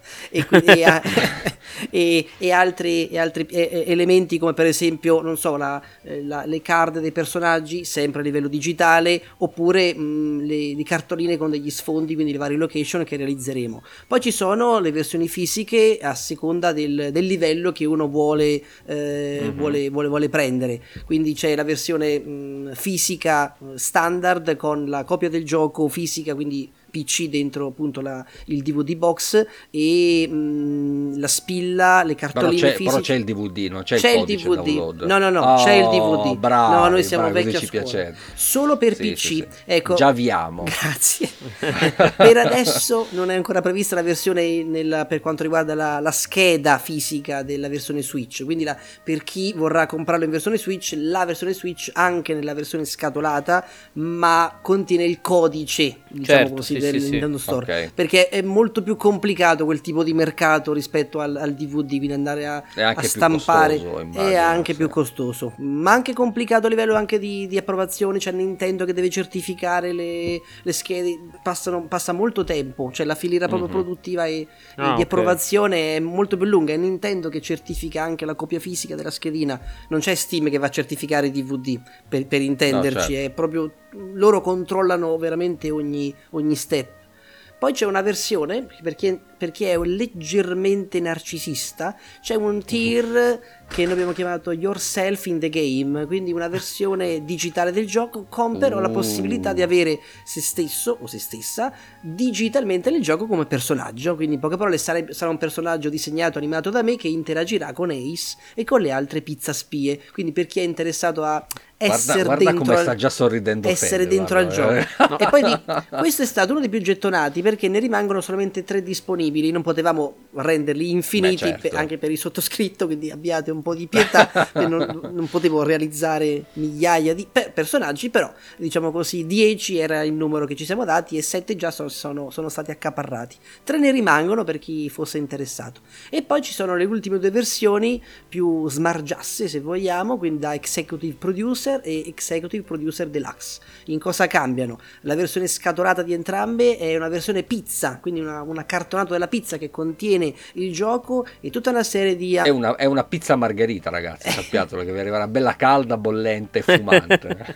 e altri elementi come per esempio, non so, le card dei personaggi sempre a livello digitale, oppure le cartoline con degli sfondi, quindi le varie location che realizzeremo. Poi ci sono le versioni fisiche a seconda del livello che uno vuole prendere, quindi c'è la versione fisica standard con la copia del gioco fisica, quindi PC dentro appunto il DVD box e la spilla, le cartoline fisiche. Però c'è il DVD, non c'è il codice download. No, c'è il DVD. Bravi, no, noi siamo vecchi a scuola. Piace. Solo per sì, PC. Sì. Ecco. Già abbiamo. Grazie. Per adesso non è ancora prevista la versione per quanto riguarda la scheda fisica della versione Switch, quindi per chi vorrà comprarlo in versione Switch, la versione Switch anche nella versione scatolata, ma contiene il codice, diciamo così, del Nintendo Store, perché è molto più complicato quel tipo di mercato rispetto al DVD, quindi andare a stampare è anche più costoso, ma anche complicato a livello anche di approvazione. C'è Nintendo che deve certificare le schede, passa molto tempo, cioè la filiera proprio produttiva e di approvazione è molto più lunga. È Nintendo che certifica anche la copia fisica della schedina, non c'è Steam che va a certificare i DVD per intenderci, è proprio loro controllano veramente ogni step. Poi c'è una versione, per chi è leggermente narcisista, c'è un tier che noi abbiamo chiamato Yourself in the Game, quindi una versione digitale del gioco con però la possibilità di avere se stesso o se stessa digitalmente nel gioco come personaggio, quindi in poche parole sarà un personaggio disegnato, animato da me, che interagirà con Ace e con le altre pizza spie, quindi per chi è interessato a guarda come sta già sorridendo essere dentro al gioco. No. E poi questo è stato uno dei più gettonati perché ne rimangono solamente 3 disponibili, non potevamo renderli infiniti. Anche per il sottoscritto, quindi abbiate un po' di pietà. non potevo realizzare migliaia di personaggi, però diciamo così 10 era il numero che ci siamo dati e 7 già sono stati accaparrati. 3 ne rimangono per chi fosse interessato. E poi ci sono le ultime 2 versioni più smargiasse, se vogliamo, quindi da Executive Producer e Executive Producer Deluxe. In cosa cambiano? La versione scatolata di entrambe è una versione pizza, quindi una cartonata della pizza che contiene il gioco e tutta una serie di... È una pizza margherita, ragazzi, sappiatelo che vi arriverà bella calda, bollente e fumante.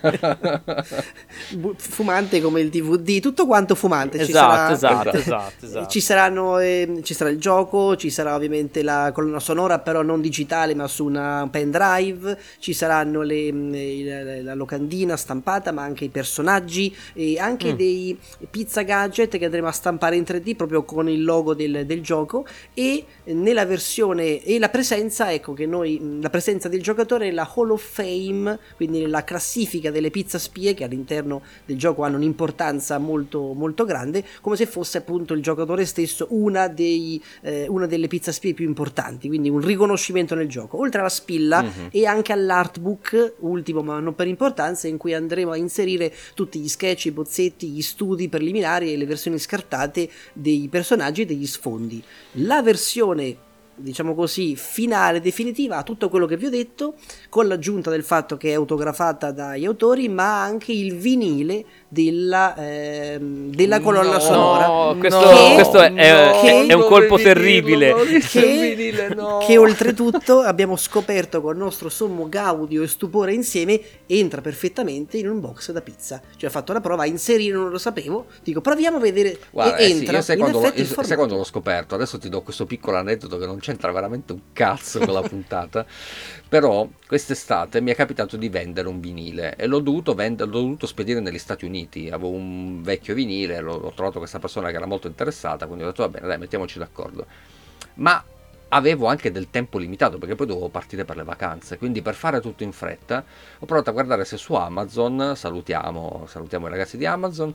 Fumante come il DVD, tutto quanto fumante. Esatto. Ci sarà il gioco, ci sarà ovviamente la colonna sonora, però non digitale ma su una pendrive, ci saranno la locandina stampata, ma anche i personaggi e anche dei pizza gadget che andremo a stampare in 3D proprio con il logo logo del gioco, e nella versione e la presenza, ecco, che noi la presenza del giocatore nella Hall of Fame, quindi nella classifica delle pizza spie, che all'interno del gioco hanno un'importanza molto molto grande, come se fosse appunto il giocatore stesso una delle pizza spie più importanti, quindi un riconoscimento nel gioco, oltre alla spilla e anche all'artbook, ultimo ma non per importanza, in cui andremo a inserire tutti gli sketch, i bozzetti, gli studi preliminari e le versioni scartate dei personaggi e degli sfondi. La versione, diciamo così, finale, definitiva, ha tutto quello che vi ho detto, con l'aggiunta del fatto che è autografata dagli autori, ma anche il vinile della colonna sonora. No, questo è un colpo terribile. Che oltretutto abbiamo scoperto con il nostro sommo gaudio e stupore insieme entra perfettamente in un box da pizza. Cioè ho fatto la prova a inserire, non lo sapevo, dico proviamo a vedere. Guarda, e entra. Sai quando l'ho scoperto, adesso ti do questo piccolo aneddoto che non c'entra veramente un cazzo con la puntata, però quest'estate mi è capitato di vendere un vinile e l'ho dovuto spedire negli Stati Uniti. Avevo un vecchio vinile, l'ho trovato questa persona che era molto interessata, quindi ho detto va bene, dai, mettiamoci d'accordo. Ma avevo anche del tempo limitato perché poi dovevo partire per le vacanze, quindi per fare tutto in fretta ho provato a guardare se su Amazon, salutiamo i ragazzi di Amazon,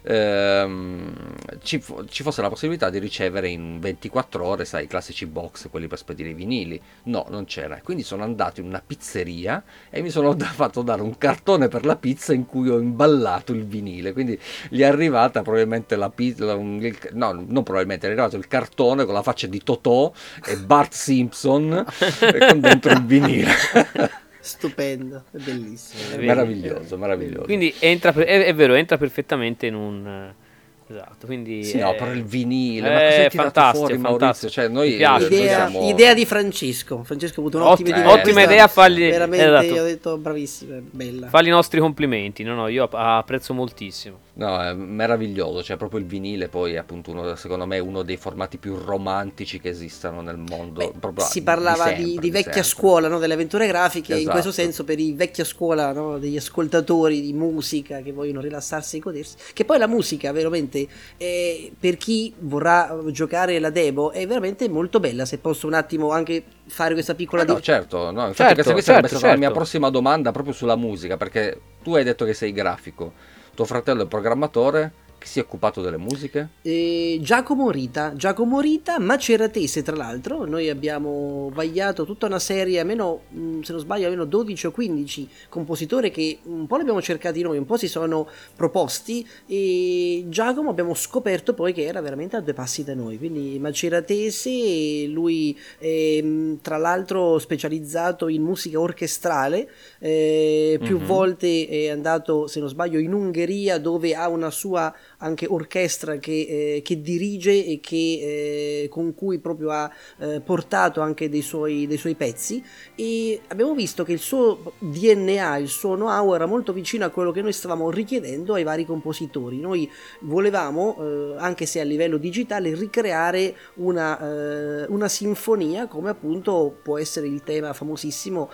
ci fosse la possibilità di ricevere in 24 ore, sai, i classici box, quelli per spedire i vinili. No, non c'era, quindi sono andato in una pizzeria e mi sono fatto dare un cartone per la pizza in cui ho imballato il vinile, quindi gli è arrivata probabilmente la pizza, no, non probabilmente, è arrivato il cartone con la faccia di Totò e Bart Simpson con dentro il vinile. Stupendo, è bellissimo, meraviglioso. Quindi è vero, entra perfettamente in un esatto, quindi sì, no, però il vinile, ma cosa hai tirato fuori, Maurizio? Cioè, noi idea di Francesco ha avuto un'ottima idea. Ottima idea, fargli veramente, esatto. Io ho detto bravissima, bella. Fagli i nostri complimenti. No, io apprezzo moltissimo. No, è meraviglioso, cioè proprio il vinile poi è appunto secondo me uno dei formati più romantici che esistano nel mondo. Si parlava di vecchia scuola, no, delle avventure grafiche, esatto. In questo senso per i vecchia scuola, no, degli ascoltatori di musica che vogliono rilassarsi e godersi, che poi la musica veramente per chi vorrà giocare la demo è veramente molto bella, se posso un attimo anche fare questa piccola no, certo, no, infatti questa sarebbe stata la mia prossima domanda proprio sulla musica, perché tu hai detto che sei grafico, tuo fratello è programmatore, che si è occupato delle musiche? Giacomo Rita, Maceratese, tra l'altro. Noi abbiamo vagliato tutta una serie, almeno se non sbaglio almeno 12 o 15 compositori che un po' li abbiamo cercati noi, un po' si sono proposti, e Giacomo abbiamo scoperto poi che era veramente a due passi da noi, quindi Maceratese, lui tra l'altro specializzato in musica orchestrale, più volte è andato, se non sbaglio, in Ungheria, dove ha una sua anche orchestra che dirige e che con cui proprio ha portato anche dei suoi pezzi, e abbiamo visto che il suo DNA, il suo know-how era molto vicino a quello che noi stavamo richiedendo ai vari compositori. Noi volevamo, anche se a livello digitale, ricreare una sinfonia, come appunto può essere il tema famosissimo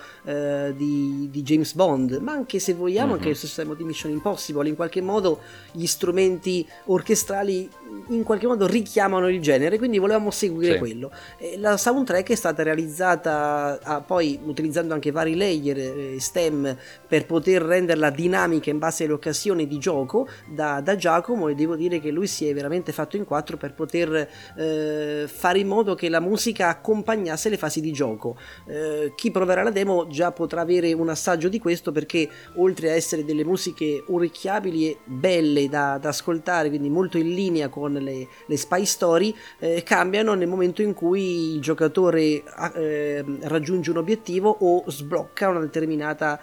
di James Bond, ma anche, se vogliamo, anche il sistema di Mission Impossible. In qualche modo gli strumenti orchestrali in qualche modo richiamano il genere, quindi volevamo seguire quello. La soundtrack è stata realizzata poi utilizzando anche vari layer, stem, per poter renderla dinamica in base alle occasioni di gioco da Giacomo, e devo dire che lui si è veramente fatto in quattro per poter fare in modo che la musica accompagnasse le fasi di gioco. Chi proverà la demo già potrà avere un assaggio di questo, perché oltre a essere delle musiche orecchiabili e belle da ascoltare, quindi molto in linea con le spy story, cambiano nel momento in cui il giocatore raggiunge un obiettivo o sblocca una determinata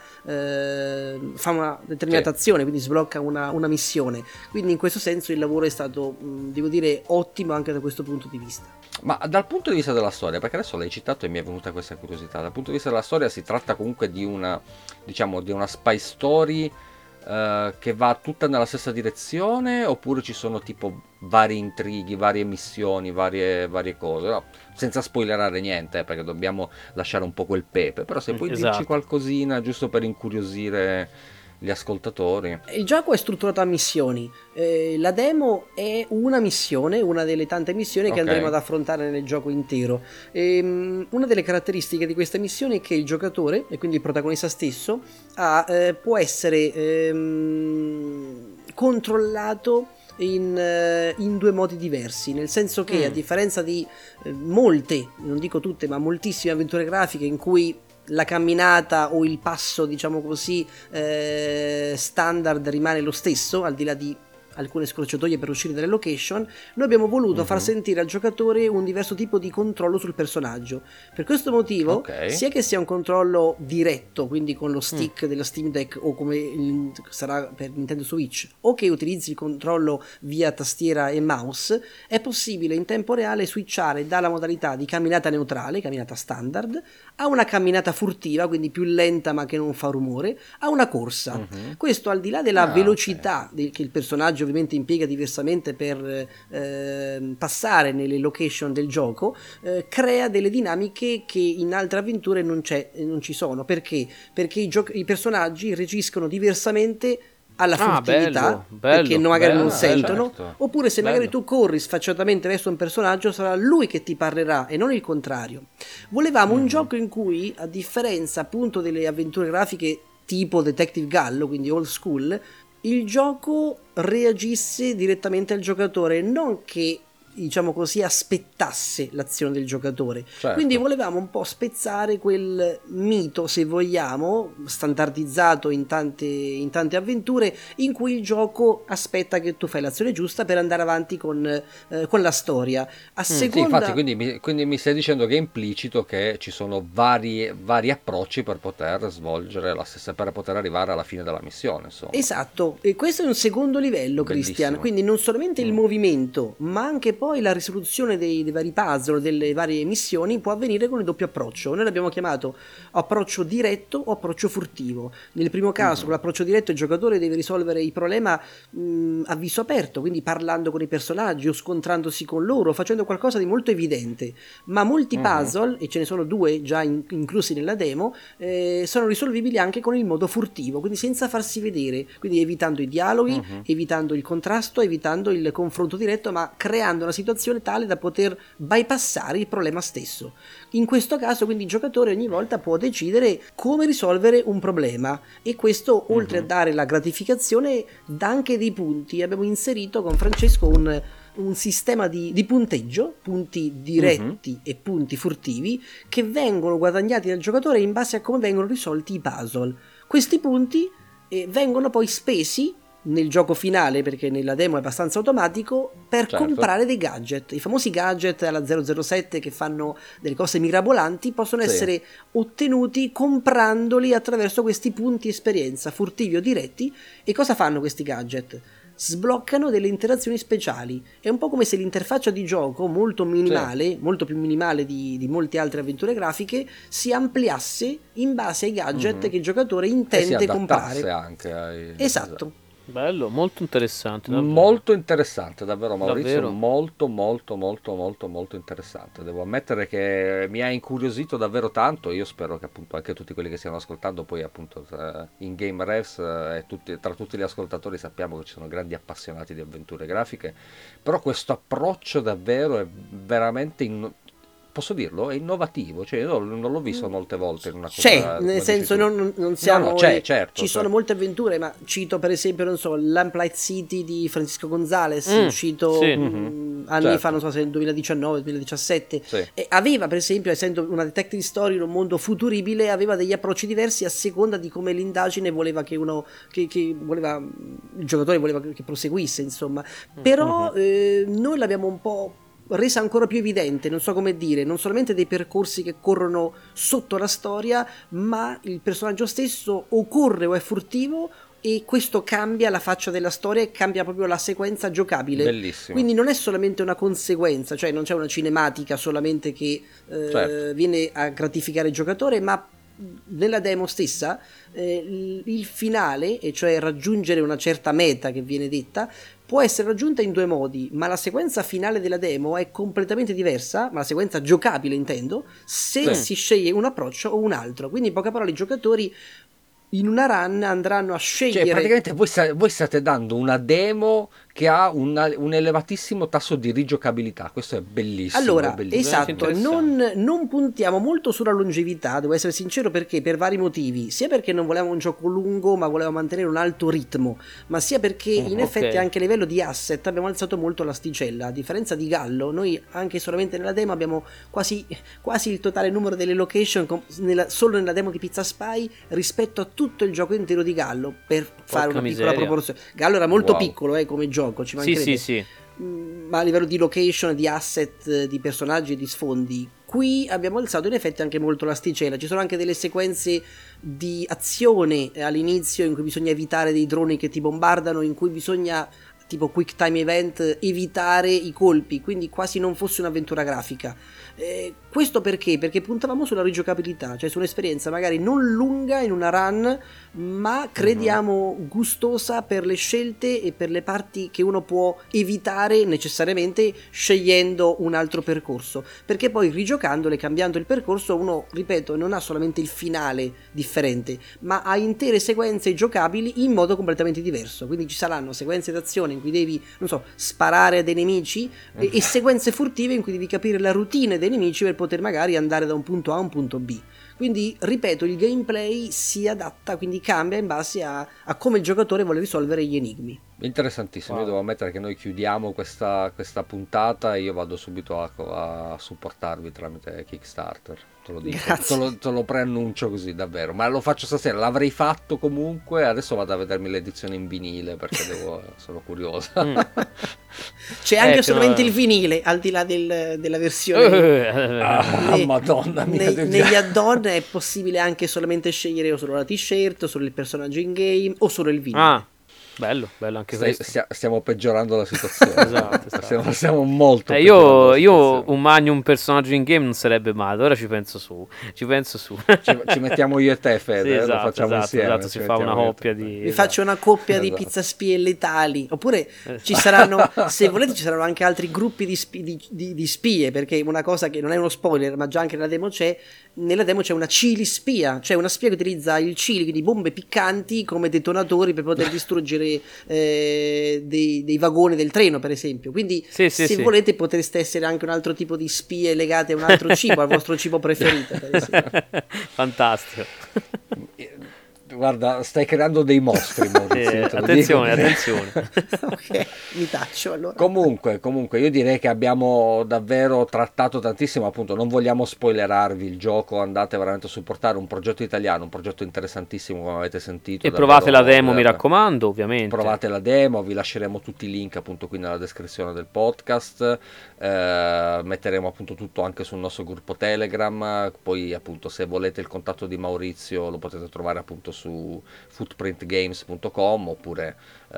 fa una determinata azione, quindi sblocca una missione. Quindi in questo senso il lavoro è stato, devo dire, ottimo anche da questo punto di vista. Ma dal punto di vista della storia, perché adesso l'hai citato e mi è venuta questa curiosità, dal punto di vista della storia si tratta comunque di una, diciamo, di una spy story che va tutta nella stessa direzione, oppure ci sono tipo vari intrighi, varie missioni, varie cose, no, senza spoilerare niente, perché dobbiamo lasciare un po' quel pepe, però se puoi dirci qualcosina giusto per incuriosire gli ascoltatori. Il gioco è strutturato a missioni. La demo è una missione, una delle tante missioni che andremo ad affrontare nel gioco intero. Una delle caratteristiche di questa missione è che il giocatore, e quindi il protagonista stesso, può essere controllato in due modi diversi, nel senso che a differenza di molte, non dico tutte, ma moltissime avventure grafiche in cui la camminata o il passo, diciamo così, standard rimane lo stesso, al di là di alcune scorciatoie per uscire dalle location, noi abbiamo voluto far sentire al giocatore un diverso tipo di controllo sul personaggio. Per questo motivo, sia che sia un controllo diretto, quindi con lo stick della Steam Deck o come sarà per Nintendo Switch, o che utilizzi il controllo via tastiera e mouse, è possibile in tempo reale switchare dalla modalità di camminata neutrale, camminata standard, a una camminata furtiva, quindi più lenta ma che non fa rumore, a una corsa. Questo al di là della velocità che il personaggio ovviamente impiega diversamente per passare nelle location del gioco, crea delle dinamiche che in altre avventure non ci sono. Perché? Perché i personaggi reagiscono diversamente alla furtività, perché magari non sentono, oppure se magari tu corri sfacciatamente verso un personaggio sarà lui che ti parlerà e non il contrario. Volevamo un gioco in cui, a differenza appunto delle avventure grafiche tipo Detective Gallo, quindi old school, il gioco reagisse direttamente al giocatore, non che, diciamo così, aspettasse l'azione del giocatore. Quindi volevamo un po' spezzare quel mito, se vogliamo, standardizzato in tante avventure, in cui il gioco aspetta che tu fai l'azione giusta per andare avanti con la storia. Sì, infatti, quindi mi stai dicendo che è implicito che ci sono vari approcci per poter svolgere la stessa, per poter arrivare alla fine della missione, insomma. Esatto, e questo è un secondo livello, Christian, quindi non solamente il movimento, ma anche poi la risoluzione dei vari puzzle, delle varie missioni può avvenire con il doppio approccio. Noi l'abbiamo chiamato approccio diretto o approccio furtivo. Nel primo caso, con l'approccio diretto, il giocatore deve risolvere il problema a viso aperto, quindi parlando con i personaggi o scontrandosi con loro, facendo qualcosa di molto evidente. Ma molti puzzle, e ce ne sono 2 già inclusi nella demo, sono risolvibili anche con il modo furtivo, quindi senza farsi vedere, quindi evitando i dialoghi, evitando il contrasto, evitando il confronto diretto, ma creando una situazione tale da poter bypassare il problema stesso. In questo caso quindi il giocatore ogni volta può decidere come risolvere un problema, e questo, oltre a dare la gratificazione, dà anche dei punti. Abbiamo inserito con Francesco un sistema di punteggio, punti diretti e punti furtivi, che vengono guadagnati dal giocatore in base a come vengono risolti i puzzle. Questi punti vengono poi spesi nel gioco finale, perché nella demo è abbastanza automatico, per comprare dei gadget. I famosi gadget alla 007 che fanno delle cose mirabolanti possono essere ottenuti comprandoli attraverso questi punti esperienza, furtivi o diretti. E cosa fanno questi gadget? Sbloccano delle interazioni speciali. È un po' come se l'interfaccia di gioco, molto minimale, molto più minimale di molte altre avventure grafiche, si ampliasse in base ai gadget che il giocatore intende comprare. Anche esatto. Bello, molto interessante. Davvero. Molto interessante, davvero, Maurizio. Davvero. Molto interessante. Devo ammettere che mi ha incuriosito davvero tanto. Io spero che appunto anche tutti quelli che stiano ascoltando, poi appunto in Game Revs e tra tutti gli ascoltatori sappiamo che ci sono grandi appassionati di avventure grafiche, però questo approccio davvero è veramente posso dirlo? È innovativo, cioè io non l'ho visto molte volte in una cosa. C'è, nel senso non siamo. C'è, certo. Ci sono molte avventure, ma cito per esempio, non so, Lamplight City di Francisco Gonzalez, uscito anni fa, non so se nel 2019-2017. E aveva, per esempio, essendo una detective story in un mondo futuribile, aveva degli approcci diversi a seconda di come l'indagine voleva che voleva, il giocatore voleva che proseguisse, insomma. Però noi l'abbiamo un po' resa ancora più evidente, non so come dire, non solamente dei percorsi che corrono sotto la storia, ma il personaggio stesso o corre o è furtivo, e questo cambia la faccia della storia e cambia proprio la sequenza giocabile. Bellissimo. Quindi non è solamente una conseguenza, cioè non c'è una cinematica solamente che viene a gratificare il giocatore, ma nella demo stessa il finale, e cioè raggiungere una certa meta che viene detta, può essere raggiunta in 2 modi, ma la sequenza finale della demo è completamente diversa, ma la sequenza giocabile intendo, se si sceglie un approccio o un altro. Quindi in poche parole i giocatori in una run andranno a scegliere. Cioè, praticamente voi state dando una demo che ha un elevatissimo tasso di rigiocabilità. Questo è bellissimo. Allora, bellissimo. esatto, non puntiamo molto sulla longevità, devo essere sincero, perché per vari motivi, sia perché non volevamo un gioco lungo ma volevamo mantenere un alto ritmo, ma sia perché in effetti anche a livello di asset abbiamo alzato molto l'asticella. A differenza di Gallo, noi anche solamente nella demo abbiamo quasi il totale numero delle location solo nella demo di Pizza Spy rispetto a tutto il gioco intero di Gallo, per fare una piccola proporzione. Gallo era molto piccolo come gioco, ci mancherebbe. Sì. Ma a livello di location, di asset, di personaggi e di sfondi, qui abbiamo alzato in effetti anche molto l'asticella. Ci sono anche delle sequenze di azione all'inizio in cui bisogna evitare dei droni che ti bombardano, in cui bisogna, tipo quick time event, evitare i colpi, quindi quasi non fosse un'avventura grafica. Questo perché? Perché puntavamo sulla rigiocabilità, cioè su un'esperienza magari non lunga in una run, ma crediamo gustosa per le scelte e per le parti che uno può evitare necessariamente scegliendo un altro percorso, perché poi rigiocandole, cambiando il percorso, uno, ripeto, non ha solamente il finale differente, ma ha intere sequenze giocabili in modo completamente diverso. Quindi ci saranno sequenze d'azione in cui devi, non so, sparare a dei nemici e sequenze furtive in cui devi capire la routine dei nemici per poter magari andare da un punto A a un punto B. Quindi, ripeto, il gameplay si adatta, quindi cambia in base a come il giocatore vuole risolvere gli enigmi. Interessantissimo. Io devo ammettere che noi chiudiamo questa puntata e io vado subito a supportarvi tramite Kickstarter. Te lo dico, te lo preannuncio così, davvero. Ma lo faccio stasera, l'avrei fatto comunque. Adesso vado a vedermi l'edizione in vinile perché sono curiosa. C'è anche solamente il vinile, al di là della versione. Madonna mia. Negli add-on è possibile anche solamente scegliere o solo la t-shirt, o solo il personaggio in game, o solo il vinile. Bello anche questo. Stiamo peggiorando la situazione. Esatto. Stiamo molto io un Magnum personaggio in game non sarebbe male. Ora ci penso su. Ci mettiamo io e te, Fede. Sì, lo facciamo insieme. Esatto, si fa una coppia di. Vi faccio una coppia di pizza spie letali. Oppure ci saranno, se volete, ci saranno anche altri gruppi di spie. Perché una cosa che non è uno spoiler, ma già anche nella demo c'è. Nella demo c'è una chili spia, cioè una spia che utilizza il chili, quindi bombe piccanti, come detonatori per poter distruggere dei vagoni del treno, per esempio. Quindi se volete potreste essere anche un altro tipo di spie legate a un altro cibo, al vostro cibo preferito, per esempio. Fantastico. Guarda, stai creando dei mostri, Maurizio. Attenzione. Ok, mi taccio allora. Comunque, io direi che abbiamo davvero trattato tantissimo. Appunto, non vogliamo spoilerarvi il gioco. Andate veramente a supportare un progetto italiano, un progetto interessantissimo, come avete sentito. E provate la demo, mi raccomando, ovviamente. Provate la demo, vi lasceremo tutti i link appunto qui nella descrizione del podcast. Metteremo appunto tutto anche sul nostro gruppo Telegram. Poi appunto, se volete il contatto di Maurizio, lo potete trovare appunto su footprintgames.com oppure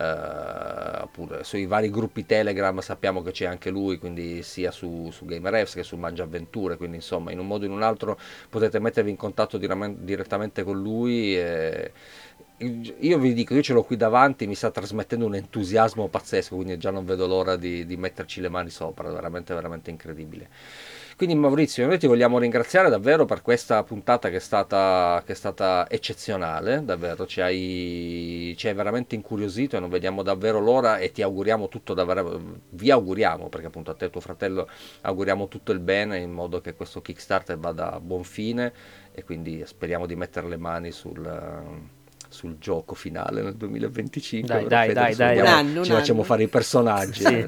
sui vari gruppi Telegram. Sappiamo che c'è anche lui, quindi sia su GamerFs che su Mangiavventure, quindi insomma in un modo o in un altro potete mettervi in contatto direttamente con lui. Io vi dico, io ce l'ho qui davanti, mi sta trasmettendo un entusiasmo pazzesco, quindi già non vedo l'ora di metterci le mani sopra, veramente veramente incredibile. Quindi Maurizio, noi ti vogliamo ringraziare davvero per questa puntata che è stata eccezionale, davvero, ci hai veramente incuriosito e non vediamo davvero l'ora e ti auguriamo tutto davvero, vi auguriamo, perché appunto a te e tuo fratello auguriamo tutto il bene in modo che questo Kickstarter vada a buon fine e quindi speriamo di mettere le mani sul gioco finale nel 2025. Dai. Ci facciamo fare i personaggi. Sì.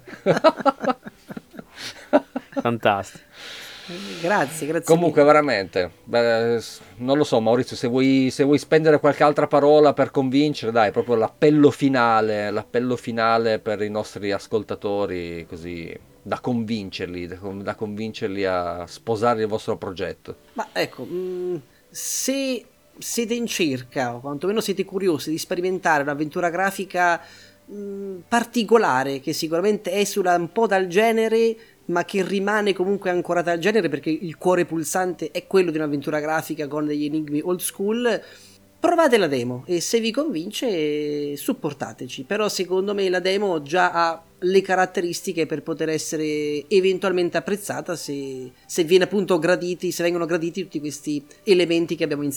Fantastico. Grazie. Comunque veramente, non lo so Maurizio, se vuoi spendere qualche altra parola per convincere, dai, proprio l'appello finale per i nostri ascoltatori, così da convincerli a sposare il vostro progetto. Ma ecco, se siete in cerca o quantomeno siete curiosi di sperimentare un'avventura grafica particolare, che sicuramente esula un po' dal genere ma che rimane comunque ancorata al genere, perché il cuore pulsante è quello di un'avventura grafica con degli enigmi old school, provate la demo e se vi convince supportateci. Però secondo me la demo già ha le caratteristiche per poter essere eventualmente apprezzata se vengono graditi tutti questi elementi che abbiamo inserito.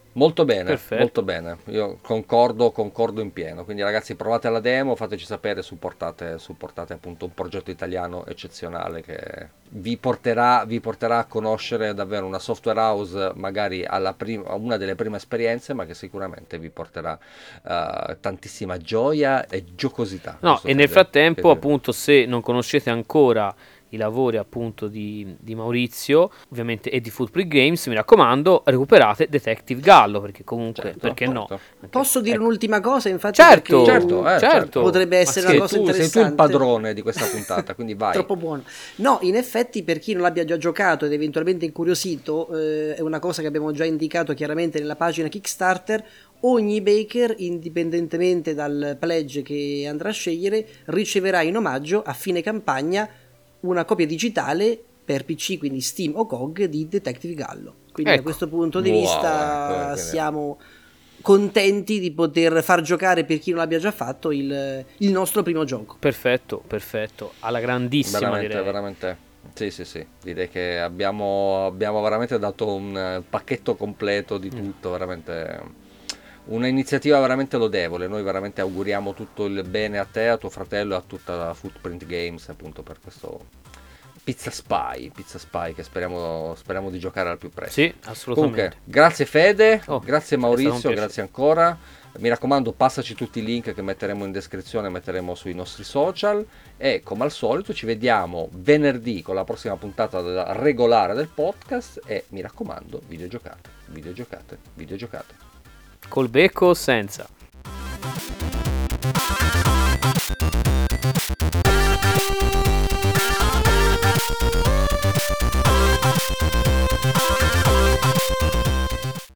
Molto bene, Perfetto. molto bene, io concordo in pieno, quindi ragazzi provate la demo, fateci sapere, supportate appunto un progetto italiano eccezionale che vi porterà a conoscere davvero una software house magari a una delle prime esperienze, ma che sicuramente vi porterà tantissima gioia e giocosità. No, e nel frattempo, appunto, se non conoscete ancora i lavori appunto di Maurizio, ovviamente, e di Footprint Games, mi raccomando, recuperate Detective Gallo, perché comunque, Certo, perché no? certo. Posso dire un'ultima cosa? Infatti, Certo, perché certo. potrebbe essere una cosa interessante. Sei tu il padrone di questa puntata, quindi vai. Troppo buono. No, in effetti, per chi non l'abbia già giocato ed eventualmente incuriosito, è una cosa che abbiamo già indicato chiaramente nella pagina Kickstarter. Ogni baker, indipendentemente dal pledge che andrà a scegliere, riceverà in omaggio a fine campagna una copia digitale per PC, quindi Steam o GOG, di Detective Gallo. Quindi da questo punto di vista siamo contenti di poter far giocare, per chi non l'abbia già fatto, il nostro primo gioco. Perfetto, alla grandissima, direi. Veramente. Sì, direi che abbiamo veramente dato un pacchetto completo di tutto, veramente una iniziativa veramente lodevole. Noi veramente auguriamo tutto il bene a te, a tuo fratello e a tutta la Footprint Games, appunto, per questo Pizza Spy che speriamo di giocare al più presto. Sì, assolutamente. Comunque, grazie Fede, grazie è Maurizio, grazie ancora. Mi raccomando, passaci tutti i link che metteremo in descrizione, metteremo sui nostri social, e come al solito ci vediamo venerdì con la prossima puntata regolare del podcast, e mi raccomando, videgiocate. Col becco o senza?